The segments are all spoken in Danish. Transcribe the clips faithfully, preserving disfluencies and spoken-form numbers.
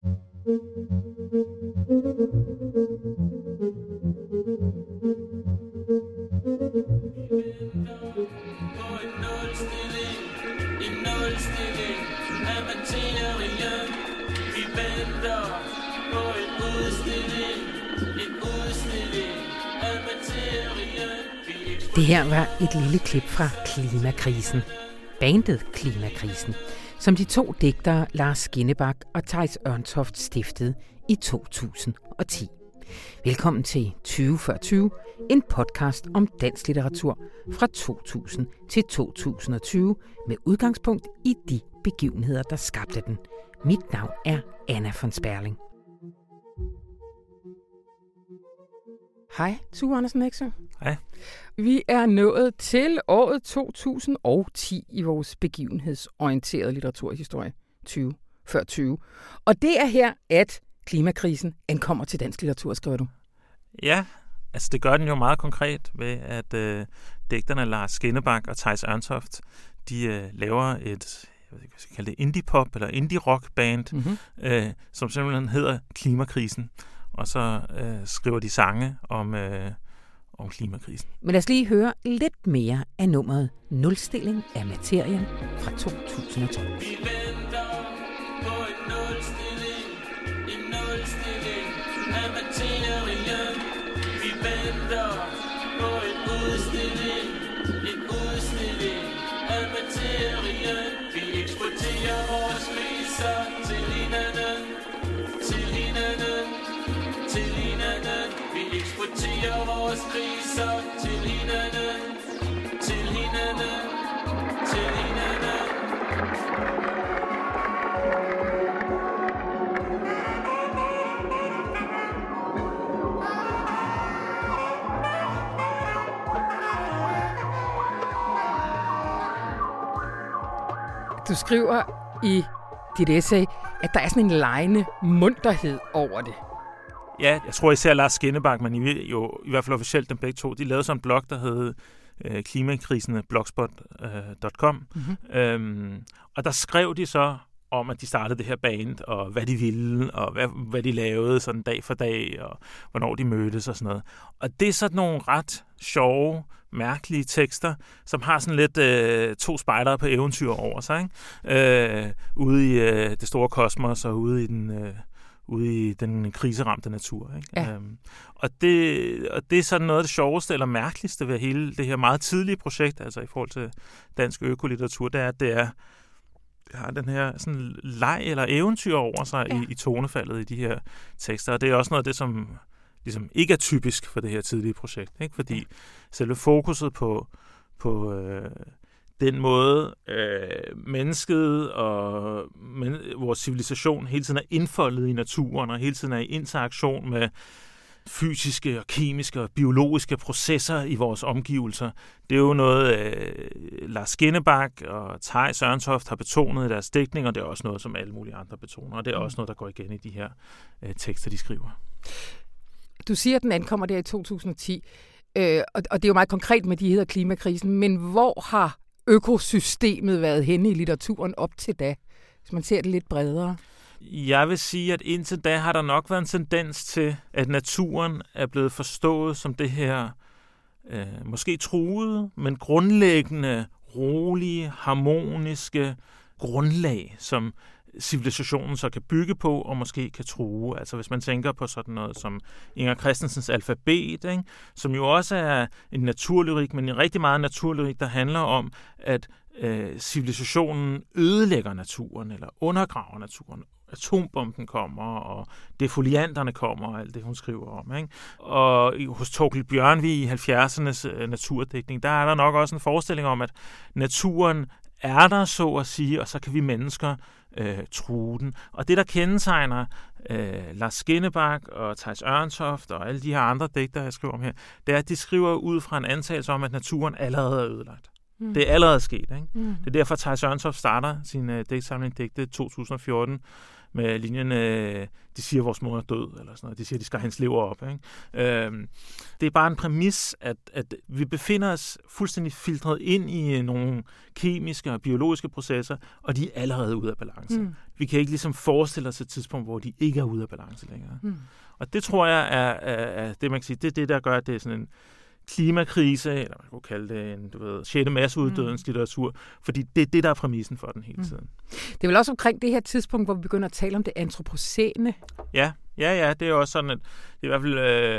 Det her var et lille klip fra Klimakrisen. Bandet Klimakrisen, som de to digtere Lars Skinnebak og Theis Ørntoft stiftede i to tusind og ti. Velkommen til tyve før tyve, en podcast om dansk litteratur fra to tusind til to tusind og tyve med udgangspunkt i de begivenheder, der skabte den. Mit navn er Anna von Sperling. Hej, Tue Andersen Nexø. Hej. Vi er nået til året to tusind og ti i vores begivenhedsorienterede litteraturhistorie tyve før tyve. Og det er her, at Klimakrisen ankommer til dansk litteratur, skriver du. Ja, altså det gør den jo meget konkret ved, at øh, digterne Lars Skinnebak og Theis Ørntoft, de øh, laver et, jeg ved ikke, hvad jeg skal kalde det, indie-pop eller indie-rock-band, mm-hmm. øh, som simpelthen hedder Klimakrisen. Og så øh, skriver de sange om, øh, om klimakrisen. Men lad os lige høre lidt mere af nummeret Nulstilling af materien fra to tusind og tolv. Vi venter på en nulstilling, en nulstilling af materien. Vi venter på en udstilling, en udstilling af materien. Vi eksporterer vores kriser til hinanden, til hinanden. Til hinanden, vi eksporterer vores kriser til hinanden, til hinanden, til hinanden. Du skriver i dit essay, at der er sådan en legende munterhed over det. Ja, jeg tror især Lars Skinnebak, men I, jo i hvert fald officielt dem begge to, de lavede sådan en blog, der hed øh, klimakrisen blogspot punktum com. Mm-hmm. Øhm, og der skrev de så om, at de startede det her band, og hvad de ville, og hvad, hvad de lavede sådan dag for dag, og hvornår de mødtes og sådan noget. Og det er sådan nogle ret sjove, mærkelige tekster, som har sådan lidt øh, to spejdere på eventyr over sig, ikke? Øh, ude i øh, det store kosmos, og ude i den... Øh, ude i den kriseramte natur. Ikke? Ja. Øhm, og, det, og det er sådan noget af det sjoveste eller mærkeligste ved hele det her meget tidlige projekt, altså i forhold til dansk økolitteratur, det er, at det er det har den her sådan leg eller eventyr over sig ja. i, i tonefaldet i de her tekster. Og det er også noget af det, som ligesom ikke er typisk for det her tidlige projekt. Ikke? Fordi ja. selve fokuset på, på øh, den måde, øh, mennesket og men, vores civilisation hele tiden er indfoldet i naturen, og hele tiden er i interaktion med fysiske og kemiske og biologiske processer i vores omgivelser. Det er jo noget, øh, Lars Skinnebak og Theis Ørntoft har betonet i deres digtning, og det er også noget, som alle mulige andre betoner, og det er også noget, der går igen i de her øh, tekster, de skriver. Du siger, at den ankommer der i to tusind og ti, øh, og, og det er jo meget konkret med, de hedder Klimakrisen, men hvor har økosystemet været henne i litteraturen op til da, hvis man ser det lidt bredere? Jeg vil sige, at indtil da har der nok været en tendens til, at naturen er blevet forstået som det her, øh, måske truede, men grundlæggende, rolige, harmoniske grundlag, som civilisationen så kan bygge på og måske kan true. Altså hvis man tænker på sådan noget som Inger Christensens alfabet, ikke? Som jo også er en naturlyrik, men en rigtig meget naturlyrik, der handler om, at øh, civilisationen ødelægger naturen eller undergraver naturen. Atombomben kommer, og defolianterne kommer, og alt det, hun skriver om. Ikke? Og hos Torkild Bjørnvig i halvfjerdsernes øh, naturdækning, der er der nok også en forestilling om, at naturen er der, så at sige, og så kan vi mennesker øh, true den. Og det, der kendetegner øh, Lars Skinnebak og Theis Ørntoft og alle de her andre digtere, jeg skriver om her, det er, at de skriver ud fra en antagelse om, at naturen allerede er ødelagt. Mm. Det er allerede sket. Ikke? Mm. Det er derfor, Theis Ørntoft starter sin øh, digtsamling digte to tusind og fjorten med linjen, øh, de siger, at vores mor er død, eller sådan noget. De siger, at de skal have hendes lever op. Ikke? Øh, det er bare en præmis, at, at vi befinder os fuldstændig filtreret ind i nogle kemiske og biologiske processer, og de er allerede ude af balance. Mm. Vi kan ikke ligesom forestille os et tidspunkt, hvor de ikke er ude af balance længere. Mm. Og det tror jeg er, er, er det, man kan sige, det er det, der gør, at det er sådan en klimakrise, eller man kunne kalde det en, du ved, sjette masseuddødens litteratur, fordi det er det, der er præmissen for den hele tiden. Det er vel også omkring det her tidspunkt, hvor vi begynder at tale om det antropocæne? Ja, ja, ja, det er også sådan, at det er i hvert fald øh,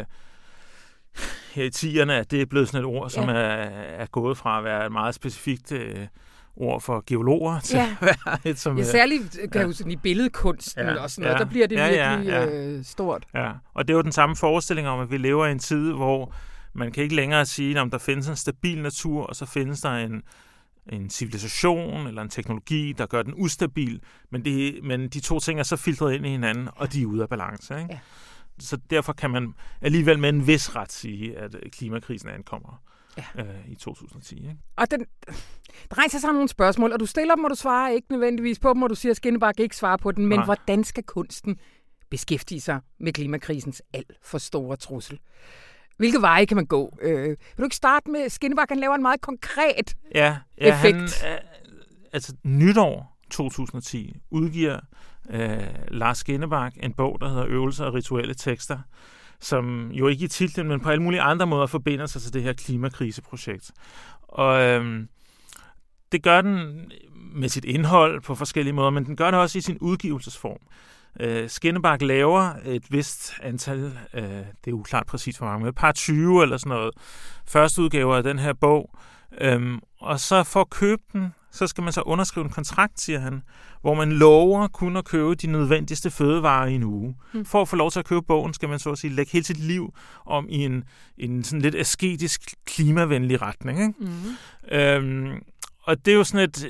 her i tierne, at det er blevet sådan et ord, som ja. er, er gået fra at være et meget specifikt øh, ord for geologer til ja. at være et som... Ja, særligt kan ja. sådan i billedkunsten ja. og sådan noget, ja. der bliver det ja, virkelig ja, ja. Øh, stort. Ja, og det er jo den samme forestilling om, at vi lever i en tid, hvor man kan ikke længere sige, om der findes en stabil natur, og så findes der en, en civilisation eller en teknologi, der gør den ustabil, men, det, men de to ting er så filtreret ind i hinanden, og de er ude af balance. Ikke? Ja. Så derfor kan man alligevel med en vis ret sige, at klimakrisen ankommer ja. øh, i to tusind og ti. Ikke? Og den, der rejser sig nogle spørgsmål, og du stiller dem, og du svarer ikke nødvendigvis på dem, og du siger, at Skinnebark ikke svarer på den, men Nej. hvordan skal kunsten beskæftige sig med klimakrisens alt for store trussel? Hvilke veje kan man gå? Øh, vil du ikke starte med, Skinnebark, han laver en meget konkret ja, ja, effekt? Han, altså nytår to tusind og ti udgiver øh, Lars Skinnebark en bog, der hedder Øvelser og rituelle tekster, som jo ikke i titlen, men på alle mulige andre måder forbinder sig til det her klimakriseprojekt. Og øh, det gør den med sit indhold på forskellige måder, men den gør det også i sin udgivelsesform. Uh, Skinnebark laver et vist antal, uh, det er uklart præcis hvor mange, men et par tyve eller sådan noget, første udgaver af den her bog. Um, og så for at købe den, så skal man så underskrive en kontrakt, siger han, hvor man lover kun at købe de nødvendigste fødevarer i en uge. Mm. For at få lov til at købe bogen, skal man så at sige lægge hele sit liv om i en, en sådan lidt asketisk, klimavenlig retning. Ikke? Mm. Um, og det er jo sådan et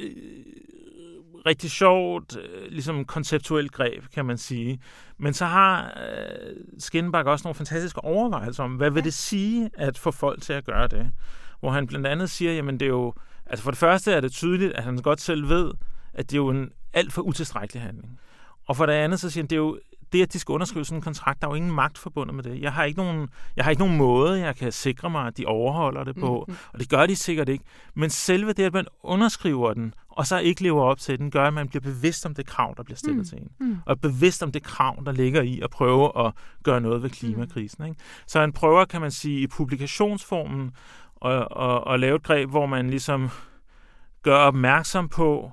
rigtig sjovt, ligesom konceptuelt greb, kan man sige. Men så har øh, Skinnebark også nogle fantastiske overvejelser om, hvad vil det sige at få folk til at gøre det? Hvor han blandt andet siger, jamen det er jo, altså for det første er det tydeligt, at han godt selv ved, at det er jo en alt for utilstrækkelig handling. Og for det andet, så siger han, det er jo det, at de skal underskrive sådan en kontrakt, der er jo ingen magt forbundet med det. Jeg har ikke nogen, jeg har ikke nogen måde, jeg kan sikre mig, at de overholder det på, mm-hmm. og det gør de sikkert ikke. Men selve det, at man underskriver den, og så ikke lever op til den, gør, at man bliver bevidst om det krav, der bliver stillet mm. til en. Mm. Og bevidst om det krav, der ligger i at prøve at gøre noget ved klimakrisen. Ikke? Så han prøver, kan man sige, i publikationsformen at, at, at lave et greb, hvor man ligesom gør opmærksom på,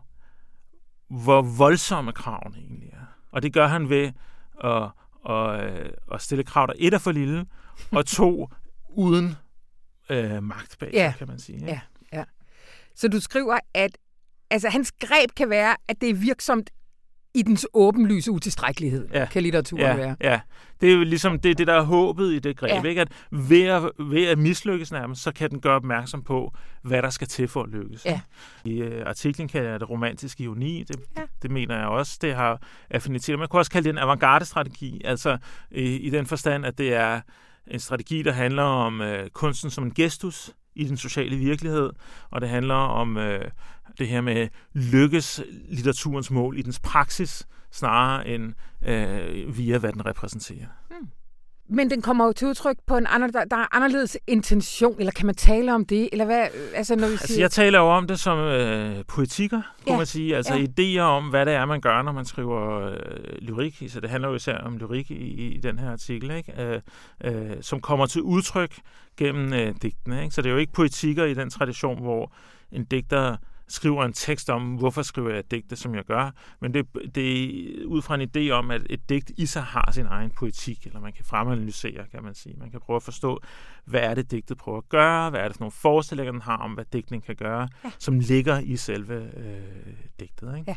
hvor voldsomme kravene egentlig er. Og det gør han ved at, at, at stille krav, der et er for lille, og to uden øh, magt bag, ja. kan man sige. Ikke? Ja, ja. Så du skriver, at altså, hans greb kan være, at det er virksomt i dens åbenlyse utilstrækkelighed, ja. kan litteraturen ja, være. Ja, det er jo ligesom det, det der er håbet i det greb, ja. ikke? At ved, at ved at mislykkes nærmest, så kan den gøre opmærksom på, hvad der skal til for at lykkes. Ja. I uh, artiklen kalder jeg det romantisk ironi, det, ja. det, det mener jeg også, det har affinitet. Man kan også kalde det en avantgarde-strategi, altså i, i den forstand, at det er en strategi, der handler om uh, kunsten som en gestus i den sociale virkelighed, og det handler om øh, det her med lykkes litteraturens mål i dens praksis, snarere end øh, via, hvad den repræsenterer. Hmm. Men den kommer jo til udtryk på en anden, der, der er anderledes intention, eller kan man tale om det? Eller hvad, altså, når vi altså, siger... Jeg taler jo om det som øh, poetikker, kunne ja. man sige. Altså ja. idéer om, hvad det er, man gør, når man skriver øh, lyrik. Så det handler jo især om lyrik i, i den her artikel, ikke? Øh, øh, som kommer til udtryk gennem øh, digtene. Ikke? Så det er jo ikke poetikker i den tradition, hvor en digter skriver en tekst om, hvorfor skriver jeg et digte, som jeg gør, men det, det er ud fra en idé om, at et digt i sig har sin egen poetik, eller man kan fremanalysere, kan man sige. Man kan prøve at forstå, hvad er det, digtet prøver at gøre, hvad er det for nogle forestillinger, den har om, hvad digtning kan gøre, ja. som ligger i selve øh, digtet. Ikke? Ja.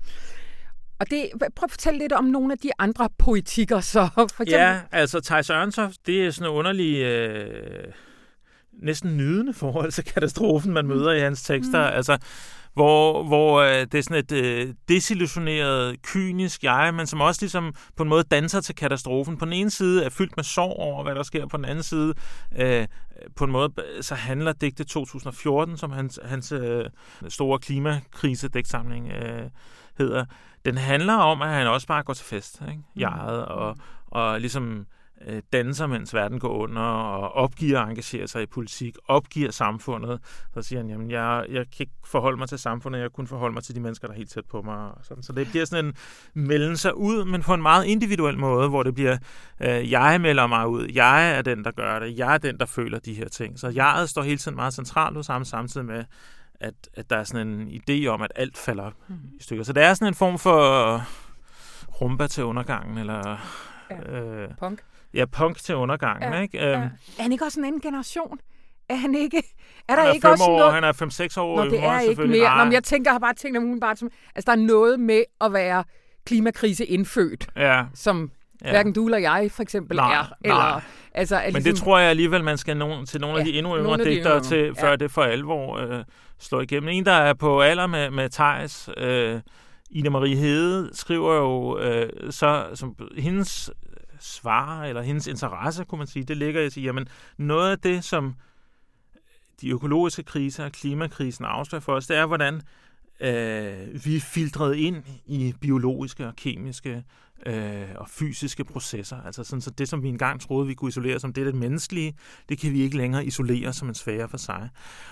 Og det, prøv at fortælle lidt om nogle af de andre poetikker, så for eksempel... Ja, altså Theis Ørntoft, det er sådan en underlig... Øh, næsten nydende forhold til katastrofen, man møder i hans tekster. Mm. Altså, hvor, hvor øh, det er sådan et øh, desillusioneret, kynisk jeg, men som også ligesom på en måde danser til katastrofen. På den ene side er fyldt med sorg over, hvad der sker. På den anden side, øh, på en måde, så handler digte to tusind og fjorten, som hans, hans øh, store klimakrise-digtsamling øh, hedder, den handler om, at han også bare går til fest, ikke? Jeget, og, og ligesom øh, danser, mens verden går under, og opgiver at engagere sig i politik, opgiver samfundet. Så siger han, jamen, jeg, jeg kan ikke forholde mig til samfundet, jeg kun forholde mig til de mennesker, der er helt tæt på mig. Og sådan. Så det bliver sådan en melden sig ud, men på en meget individuel måde, hvor det bliver, øh, jeg melder mig ud, jeg er den, der gør det, jeg er den, der føler de her ting. Så jeget står hele tiden meget centralt ud sammen, samtidig med, At, at der er sådan en idé om, at alt falder mm. i stykker. Så det er sådan en form for rumba til undergangen, eller... Ja. Øh, punk. Ja, punk til undergangen, ja. ikke? Ja. Um, er han ikke også en anden generation? Er han ikke... Er han der er ikke også år, noget... Han er fem seks år Nå, yngre, det er ikke mere. Nå, men jeg tænker, jeg har bare tænkt om bare som... Altså, der er noget med at være klimakrise indfødt, ja. som... Ja. Hverken du eller jeg, for eksempel, nej, er. Eller, nej. Altså, er Men ligesom... det tror jeg alligevel, man skal nogen, til nogle ja, af de endnu yngre digtere til, før ja. det for alvor øh, slår igennem. En, der er på alder med, med Theis, øh, Ida Marie Hede, skriver jo, øh, så som hendes svar, eller hendes interesse, kunne man sige, det ligger i at sige, jamen, noget af det, som de økologiske kriser og klimakrisen afslører for os, det er, hvordan øh, vi er filtreret ind i biologiske og kemiske øh, og fysiske processer. Altså sådan, så det, som vi engang troede, vi kunne isolere som det, det menneskelige, det kan vi ikke længere isolere som en sfære for sig.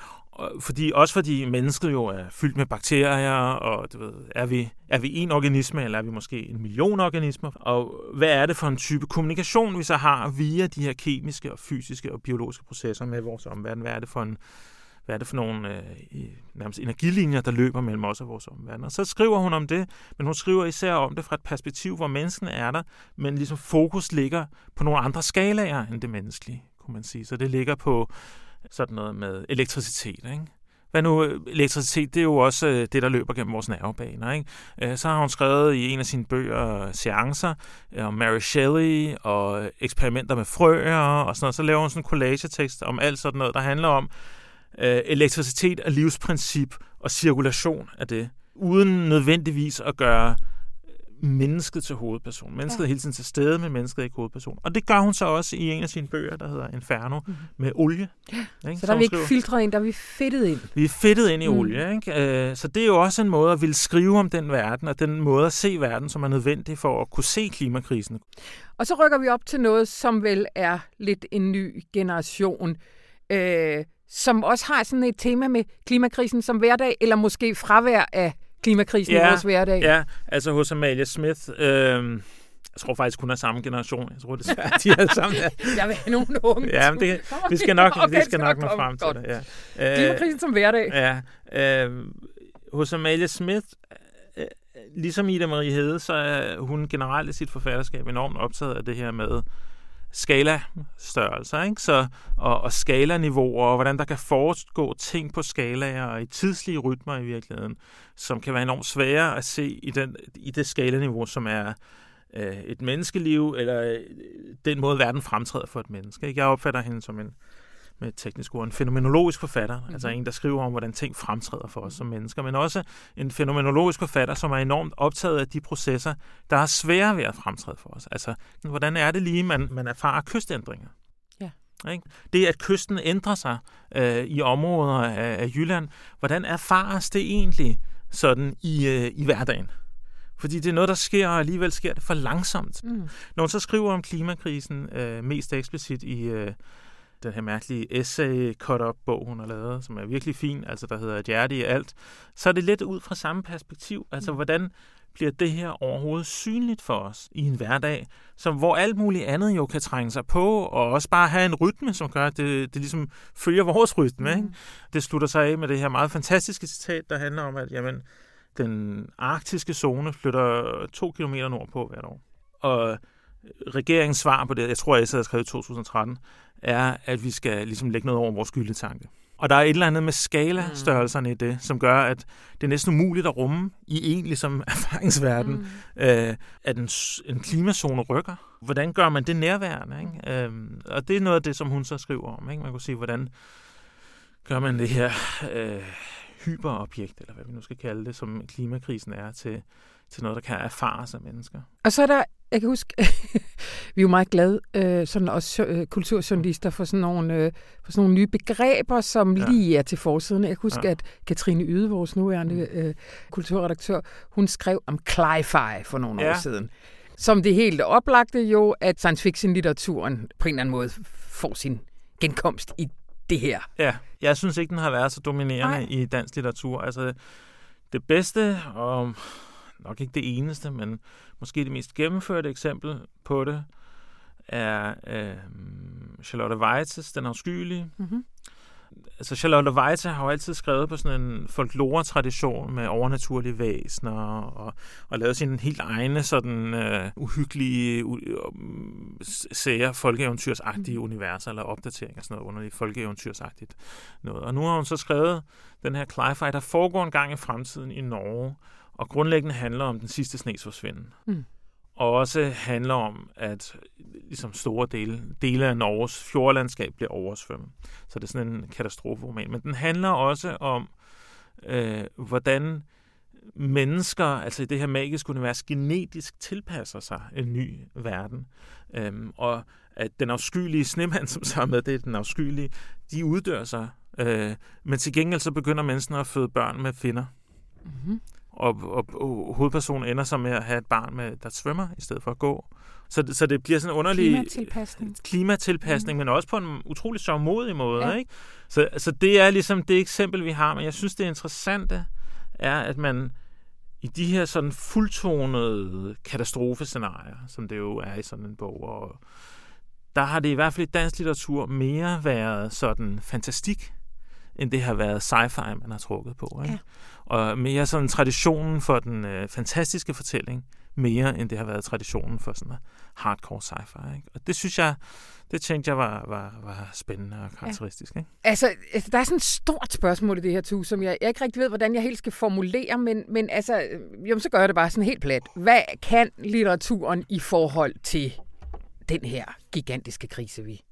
Og fordi, også fordi mennesket jo er fyldt med bakterier, og du ved, er vi, er vi en organisme, eller er vi måske en million organismer? Og hvad er det for en type kommunikation, vi så har via de her kemiske og fysiske og biologiske processer med vores omverden? Hvad er det for en Hvad er det for nogle øh, nærmest energilinjer, der løber mellem os og vores omverden? Og så skriver hun om det, men hun skriver især om det fra et perspektiv, hvor menneskene er der, men ligesom fokus ligger på nogle andre skalaer end det menneskelige, kunne man sige. Så det ligger på sådan noget med elektricitet, ikke? Hvad nu? Elektricitet, det er jo også øh, det, der løber gennem vores nervebaner, ikke? Øh, så har hun skrevet i en af sine bøger seancer øh, om Mary Shelley og eksperimenter med frøer og sådan noget. Så laver hun sådan en collagetekst om alt sådan noget, der handler om Øh, elektricitet og livsprincip og cirkulation af det, uden nødvendigvis at gøre mennesket til hovedperson. Mennesket ja. er hele tiden til stede, men mennesket er ikke hovedperson. Og det gør hun så også i en af sine bøger, der hedder Inferno, mm. med olie. Ja. Ikke? Så der er vi ikke filtreret ind, der er vi fedtet ind. Vi er fedtet ind i mm. olie. Ikke? Så det er jo også en måde at ville skrive om den verden, og den måde at se verden, som er nødvendig for at kunne se klimakrisen. Og så rykker vi op til noget, som vel er lidt en ny generation, øh, som også har sådan et tema med klimakrisen som hverdag, eller måske fravær af klimakrisen ja, i vores hverdag. Ja, altså hos Amalie Smith, øh, jeg tror faktisk, hun er samme generation. Jeg tror, det er svært, de er sammen. Jeg vil have nogle unge. Ja, men det, vi skal nok, okay, vi skal nok nå frem til det. Ja. Klimakrisen som hverdag. Ja, øh, hos Amalie Smith, øh, ligesom Ida Marie Hede, så er hun generelt i sit forfatterskab enormt optaget af det her med skala-størrelser, ikke? Så, og, og skala-niveauer, og hvordan der kan foregå ting på skalaer og i tidslige rytmer i virkeligheden, som kan være enormt svære at se i, den, i det skala-niveau, som er øh, et menneskeliv, eller øh, den måde, verden fremtræder for et menneske. Ikke? Jeg opfatter hende som en, med et teknisk ord, en fænomenologisk forfatter, mm-hmm. altså en, der skriver om, hvordan ting fremtræder for os som mennesker, men også en fænomenologisk forfatter, som er enormt optaget af de processer, der er svære ved at fremtræde for os. Altså, hvordan er det lige, man, man erfarer kystændringer? Ja. Ikke? Det, at kysten ændrer sig øh, i områder af, af Jylland, hvordan erfares det egentlig sådan i, øh, i hverdagen? Fordi det er noget, der sker, og alligevel sker det for langsomt. Mm. Når hun så skriver om klimakrisen øh, mest eksplicit i øh, den her mærkelige essay-cut-up-bog, hun har lavet, som er virkelig fin, altså der hedder Et hjerte i alt, så er det lidt ud fra samme perspektiv. Altså, hvordan bliver det her overhovedet synligt for os i en hverdag, som, hvor alt muligt andet jo kan trænge sig på, og også bare have en rytme, som gør, at det, det ligesom følger vores rytme. Ikke? Det slutter sig af med det her meget fantastiske citat, der handler om, at jamen, den arktiske zone flytter to kilometer nordpå hvert år. Og regeringens svar på det, jeg tror, jeg havde skrevet i to tusind og tretten, er, at vi skal ligesom lægge noget over vores skyldetanke. Og der er et eller andet med skala-størrelserne i det, som gør, at det er næsten umuligt at rumme i en ligesom erfaringsverden, mm. øh, at en, en klimazone rykker. Hvordan gør man det nærværende? Ikke? Øhm, og det er noget af det, som hun så skriver om. Ikke? Man kan sige, hvordan gør man det her øh, hyperobjekt, eller hvad vi nu skal kalde det, som klimakrisen er, til, til noget, der kan erfares af mennesker. Og så er der, jeg kan huske, vi er jo meget glade, øh, sådan også øh, kulturjournalister, for sådan, nogle, øh, for sådan nogle nye begreber, som ja. lige er til forsiden. Jeg kan huske, ja. at Katrine Yde, vores nuværende øh, kulturredaktør, hun skrev om cli-fi for nogle ja. år siden. Som det helt oplagte jo, at science fiction-litteraturen på en eller anden måde får sin genkomst i det her. Ja, jeg synes ikke, den har været så dominerende Nej. i dansk litteratur. Altså, det bedste, og nok ikke det eneste, men måske det mest gennemførte eksempel på det, er øh, Charlotte Weitzes Den afskyelige. Mm-hmm. Altså, Charlotte Weitze har jo altid skrevet på sådan en folklore-tradition med overnaturlige væsener, og, og lavet sine helt egne sådan øh, uhyggelige, uh, sære folkeeventyrsagtige mm. universer, eller opdateringer, sådan noget underligt folkeeventyrsagtigt noget. Og nu har hun så skrevet den her cli-fi, der foregår en gang i fremtiden i Norge, og grundlæggende handler om den sidste snes forsvinden. Mm. Og også handler om, at ligesom store dele, dele af Norges fjordlandskab bliver oversvømmet. Så det er sådan en katastroferoman. Men den handler også om, øh, hvordan mennesker, altså i det her magiske univers, genetisk tilpasser sig en ny verden. Øhm, og at den afskyelige snemand, som så er med, det er den afskyelige, de uddør sig. Øh, men til gengæld så begynder menneskene at føde børn med finner. Mm-hmm. Og, og, og hovedpersonen ender så med at have et barn, med, der svømmer, i stedet for at gå. Så, så det bliver sådan en underlig klimatilpasning, klimatilpasning mm. men også på en utrolig sørgmodig måde. Ja. Ikke? Så, så det er ligesom det eksempel, vi har. Men jeg synes, det interessante er, at man i de her sådan fuldtonede katastrofescenarier, som det jo er i sådan en bog, og der har det i hvert fald i dansk litteratur mere været sådan fantastik, end det har været sci-fi, man har trukket på. Ikke? Ja. Og mere sådan traditionen for den øh, fantastiske fortælling, mere end det har været traditionen for sådan hardcore sci-fi. Ikke? Og det synes jeg, det tænkte jeg var, var, var spændende og karakteristisk. Ikke? Altså, der er sådan et stort spørgsmål i det her, Tu, som jeg, jeg ikke rigtig ved, hvordan jeg helt skal formulere, men, men altså, jamen, så gør jeg det bare sådan helt plat. Hvad kan litteraturen i forhold til den her gigantiske krise, vi...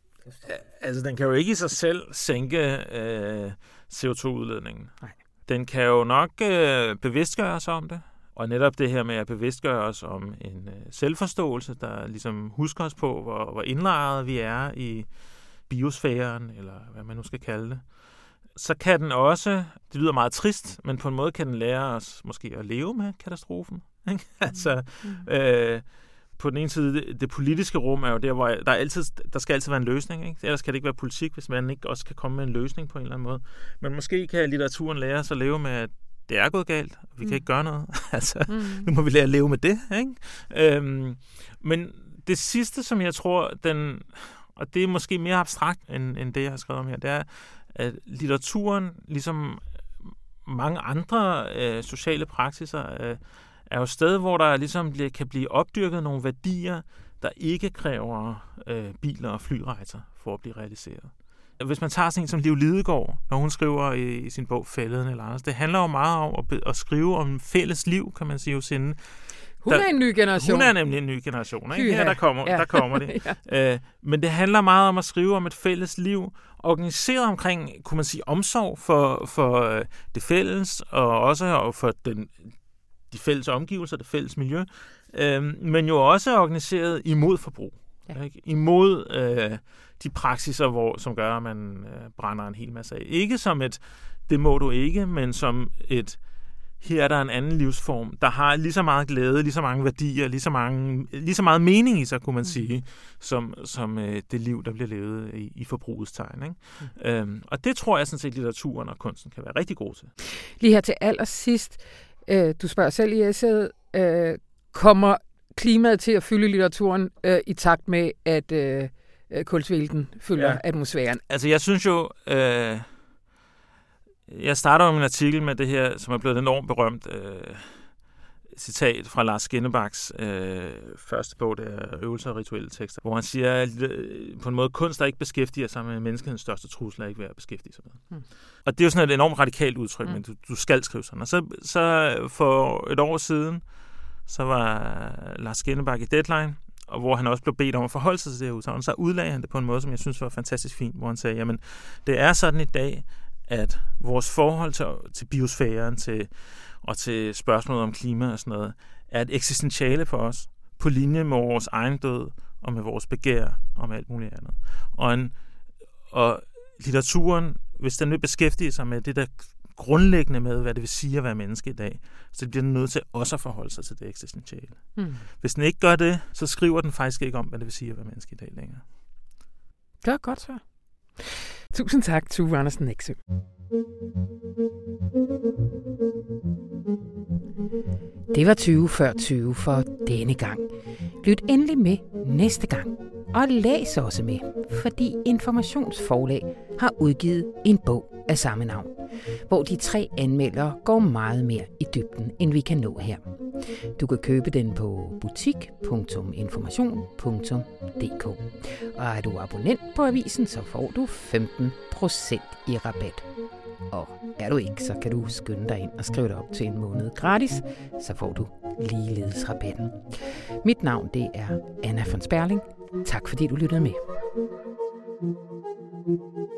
Altså, den kan jo ikke i sig selv sænke øh, C O to udledningen. Nej. Den kan jo nok øh, bevidstgøre os om det. Og netop det her med at bevidstgøre os om en øh, selvforståelse, der ligesom husker os på, hvor, hvor indlejret vi er i biosfæren, eller hvad man nu skal kalde det. Så kan den også, det lyder meget trist, men på en måde kan den lære os måske at leve med katastrofen. Ikke? altså... Mm. Øh, På den ene side, det, det politiske rum er jo der, hvor der, altid, der skal altid være en løsning. Ikke? Ellers kan det ikke være politik, hvis man ikke også kan komme med en løsning på en eller anden måde. Men måske kan litteraturen lære os at leve med, at det er gået galt, og vi mm. kan ikke gøre noget. altså, mm. Nu må vi lære at leve med det. Ikke? Øhm, men det sidste, som jeg tror, den, og det er måske mere abstrakt, end, end det, jeg har skrevet om her, det er, at litteraturen, ligesom mange andre øh, sociale praksiser, øh, er jo et sted, hvor der ligesom kan blive opdyrket nogle værdier, der ikke kræver øh, biler og flyrejser for at blive realiseret. Hvis man tager sådan en som Liv Lidegaard, når hun skriver i, i sin bog Fælden eller andet, det handler jo meget om at, be, at skrive om fælles liv, kan man sige hos hende. Hun der, er en ny generation. Hun er nemlig en ny generation. Ikke? Her der kommer, ja. der kommer det. ja. øh, men det handler meget om at skrive om et fælles liv, organiseret omkring, kunne man sige, omsorg for, for øh, det fælles, og også for den de fælles omgivelser, det fælles miljø, øh, men jo også organiseret imod forbrug. Ja. Ikke? Imod øh, de praksiser, hvor, som gør, at man øh, brænder en hel masse af. Ikke som et, det må du ikke, men som et, her er der en anden livsform, der har lige så meget glæde, lige så mange værdier, lige så, mange, lige så meget mening i sig, kunne man mm. sige, som, som øh, det liv, der bliver levet i, i forbrugets tegn. Ikke? Mm. Øhm, og det tror jeg sådan set, litteraturen og kunsten kan være rigtig gode til. Lige her til allersidst, øh, du spørger selv i essayet, øh, kommer klimaet til at fylde litteraturen øh, i takt med, at øh, kulsvælten fylder ja. atmosfæren? Altså jeg synes jo... Øh Jeg starter jo min artikel med det her, som er blevet enormt berømt øh, citat fra Lars Skinnebaks øh, første bog, det er Øvelser og rituelle tekster, hvor han siger, at øh, på en måde kunst, der ikke beskæftiger sig med menneskehedens største trussel, er ikke værd at beskæftige sig med. Mm. Og det er jo sådan et enormt radikalt udtryk, mm. men du, du skal skrive sådan. Og så, så for et år siden, så var Lars Skinnebak i Deadline, og hvor han også blev bedt om at forholde sig til det her udsagn. Så udlagde han det på en måde, som jeg synes var fantastisk fint, hvor han sagde, jamen, det er sådan i dag, at vores forhold til, til biosfæren til, og til spørgsmålet om klima og sådan noget, er et eksistentiale for os, på linje med vores egen død og med vores begær og med alt muligt andet. Og, en, og litteraturen, hvis den vil beskæftige sig med det der grundlæggende med, hvad det vil sige at være menneske i dag, så bliver den nødt til også at forholde sig til det eksistentiale. Mm. Hvis den ikke gør det, så skriver den faktisk ikke om, hvad det vil sige at være menneske i dag længere. Det var godt så. Tusind tak, Tue Andersen Nexø. Det var tyve før tyve for denne gang. Lyt endelig med næste gang. Og læs også med, fordi Informationsforlag har udgivet en bog af samme navn, hvor de tre anmeldere går meget mere i dybden, end vi kan nå her. Du kan købe den på butik punktum information punktum d k. Og er du abonnent på avisen, så får du femten procent i rabat. Og er du ikke, så kan du skynde dig ind og skrive dig op til en måned gratis, så får du ligeledes rabatten. Mit navn det er Anna von Sperling. Tak fordi du lyttede med.